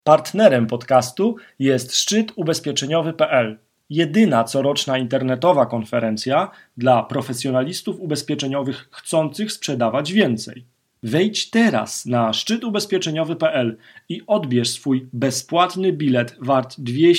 Partnerem podcastu jest szczyt ubezpieczeniowy.pl, jedyna coroczna internetowa konferencja dla profesjonalistów ubezpieczeniowych chcących sprzedawać więcej. Wejdź teraz na szczytubezpieczeniowy.pl i odbierz swój bezpłatny bilet wart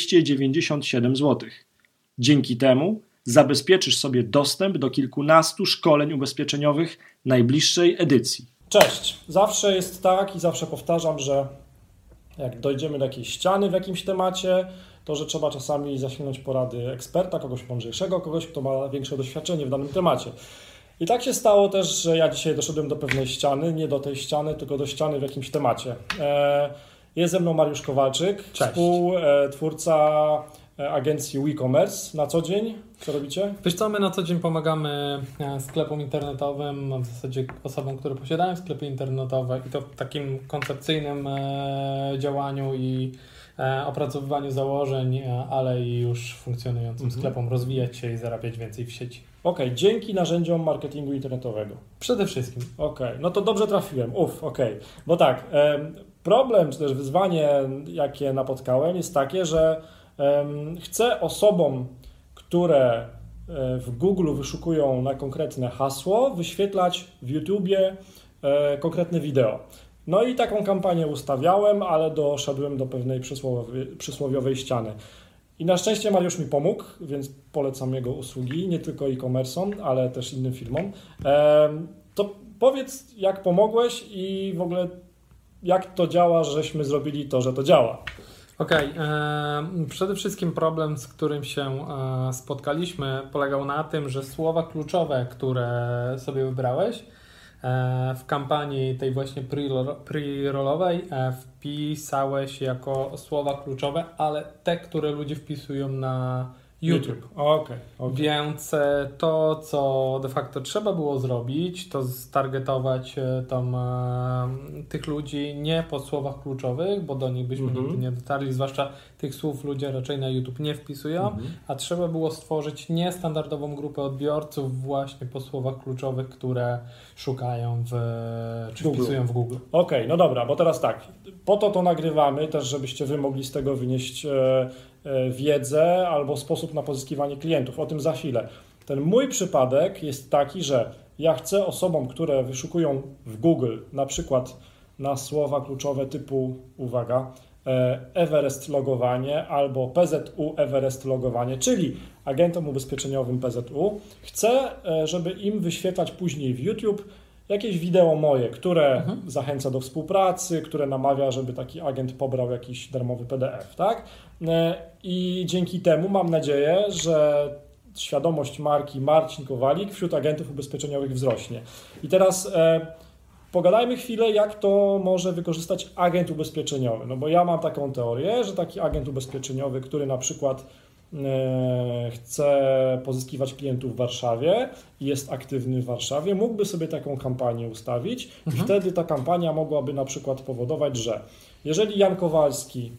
297 zł. Dzięki temu zabezpieczysz sobie dostęp do kilkunastu szkoleń ubezpieczeniowych najbliższej edycji. Cześć! Zawsze jest tak i zawsze powtarzam, że jak dojdziemy do jakiejś ściany w jakimś temacie, to że trzeba czasami zasięgnąć porady eksperta, kogoś mądrzejszego, kogoś, kto ma większe doświadczenie w danym temacie. I tak się stało też, że ja dzisiaj doszedłem do pewnej ściany, nie do tej ściany, tylko do ściany w jakimś temacie. Jest ze mną Mariusz Kowalczyk, współtwórca agencji WeCommerce. Na co dzień co robicie? Wiesz co, my na co dzień pomagamy sklepom internetowym, w zasadzie osobom, które posiadają sklepy internetowe i to w takim koncepcyjnym działaniu i opracowywaniu założeń, ale i już funkcjonującym sklepom rozwijać się i zarabiać więcej w sieci. Okej, dzięki narzędziom marketingu internetowego. Przede wszystkim. Okej, no to dobrze trafiłem. Bo tak, problem czy też wyzwanie, jakie napotkałem, jest takie, że chcę osobom, które w Google wyszukują na konkretne hasło, wyświetlać w YouTubie konkretne wideo. No i taką kampanię ustawiałem, ale doszedłem do pewnej przysłowiowej ściany. I na szczęście Mariusz mi pomógł, więc polecam jego usługi, nie tylko e-commerce'om, ale też innym firmom. To powiedz, jak pomogłeś i w ogóle jak to działa, żeśmy zrobili to, że to działa. Przede wszystkim problem, z którym się spotkaliśmy, polegał na tym, że słowa kluczowe, które sobie wybrałeś w kampanii tej właśnie pre-rollowej wpisałeś jako słowa kluczowe, ale te, które ludzie wpisują na YouTube. Okay. Więc to, co de facto trzeba było zrobić, to stargetować tych ludzi nie po słowach kluczowych, bo do nich byśmy nigdy nie dotarli, zwłaszcza tych słów ludzie raczej na YouTube nie wpisują, a trzeba było stworzyć niestandardową grupę odbiorców właśnie po słowach kluczowych, które szukają czy wpisują w Google. Okej, no dobra, bo teraz tak, po to nagrywamy też, żebyście wy mogli z tego wynieść wiedzę albo sposób na pozyskiwanie klientów. O tym za chwilę. Ten mój przypadek jest taki, że ja chcę osobom, które wyszukują w Google na przykład na słowa kluczowe typu, uwaga, Everest logowanie albo PZU Everest logowanie, czyli agentom ubezpieczeniowym PZU, chcę, żeby im wyświetlać później w YouTube jakieś wideo moje, które zachęca do współpracy, które namawia, żeby taki agent pobrał jakiś darmowy PDF, tak? I dzięki temu mam nadzieję, że świadomość marki Marcin Kowalik wśród agentów ubezpieczeniowych wzrośnie. I teraz pogadajmy chwilę, jak to może wykorzystać agent ubezpieczeniowy. No bo ja mam taką teorię, że taki agent ubezpieczeniowy, który na przykład chce pozyskiwać klientów w Warszawie i jest aktywny w Warszawie, mógłby sobie taką kampanię ustawić i wtedy ta kampania mogłaby na przykład powodować, że jeżeli Jan Kowalski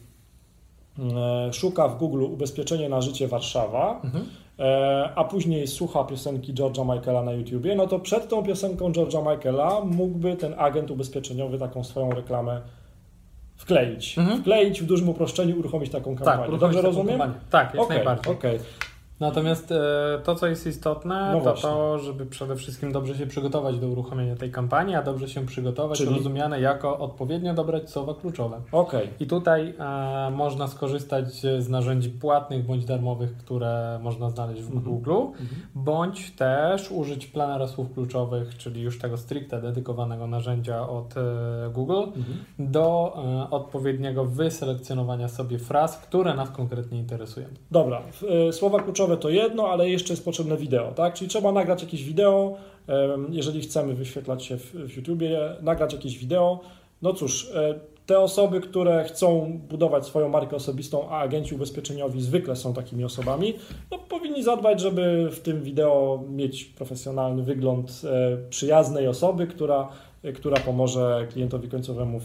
szuka w Google ubezpieczenie na życie Warszawa, a później słucha piosenki George'a Michaela na YouTubie, no to przed tą piosenką George'a Michaela mógłby ten agent ubezpieczeniowy taką swoją reklamę wkleić. Wkleić w dużym uproszczeniu, uruchomić taką kampanię. Tak, dobrze rozumiem? Tak, jak najbardziej. Okay. Natomiast to, co jest istotne, to, żeby przede wszystkim dobrze się przygotować do uruchomienia tej kampanii, a dobrze się przygotować rozumiane jako odpowiednio dobrać słowa kluczowe. I tutaj można skorzystać z narzędzi płatnych bądź darmowych, które można znaleźć w Google, bądź też użyć planera słów kluczowych, czyli już tego stricte dedykowanego narzędzia od Google, do odpowiedniego wyselekcjonowania sobie fraz, które nas konkretnie interesują. Dobra, słowa kluczowe to jedno, ale jeszcze jest potrzebne wideo, tak? Czyli trzeba nagrać jakieś wideo, jeżeli chcemy wyświetlać się w YouTubie, nagrać jakieś wideo. No cóż, te osoby, które chcą budować swoją markę osobistą, a agenci ubezpieczeniowi zwykle są takimi osobami, no powinni zadbać, żeby w tym wideo mieć profesjonalny wygląd przyjaznej osoby, która pomoże klientowi końcowemu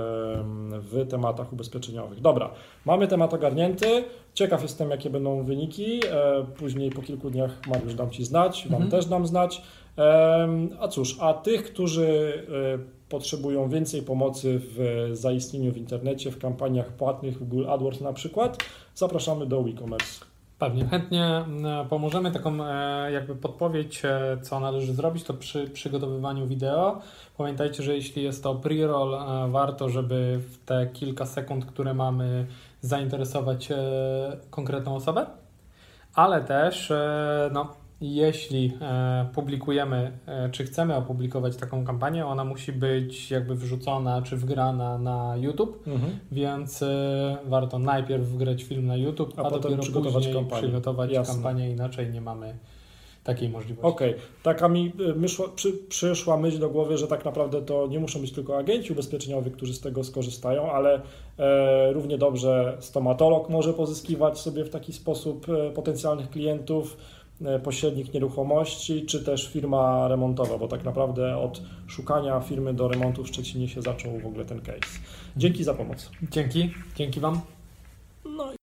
w tematach ubezpieczeniowych. Dobra, mamy temat ogarnięty. Ciekaw jestem, jakie będą wyniki. Później po kilku dniach, Mariusz, dam Ci znać, Wam też dam znać. A cóż, a tych, którzy potrzebują więcej pomocy w zaistnieniu w internecie, w kampaniach płatnych, w Google AdWords na przykład, zapraszamy do WeCommerce. Pewnie, chętnie pomożemy. Taką jakby podpowiedź, co należy zrobić, to przy przygotowywaniu wideo. Pamiętajcie, że jeśli jest to pre-roll, warto, żeby w te kilka sekund, które mamy, zainteresować konkretną osobę, ale też jeśli publikujemy, czy chcemy opublikować taką kampanię, ona musi być jakby wrzucona czy wgrana na YouTube, więc warto najpierw wgrać film na YouTube, a dopiero przygotować kampanię, inaczej nie mamy takiej możliwości. Okej. Taka mi przyszła myśl do głowy, że tak naprawdę to nie muszą być tylko agenci ubezpieczeniowi, którzy z tego skorzystają, ale równie dobrze stomatolog może pozyskiwać sobie w taki sposób potencjalnych klientów, pośrednik nieruchomości, czy też firma remontowa, bo tak naprawdę od szukania firmy do remontu w Szczecinie się zaczął w ogóle ten case. Dzięki za pomoc. Dzięki Wam. No.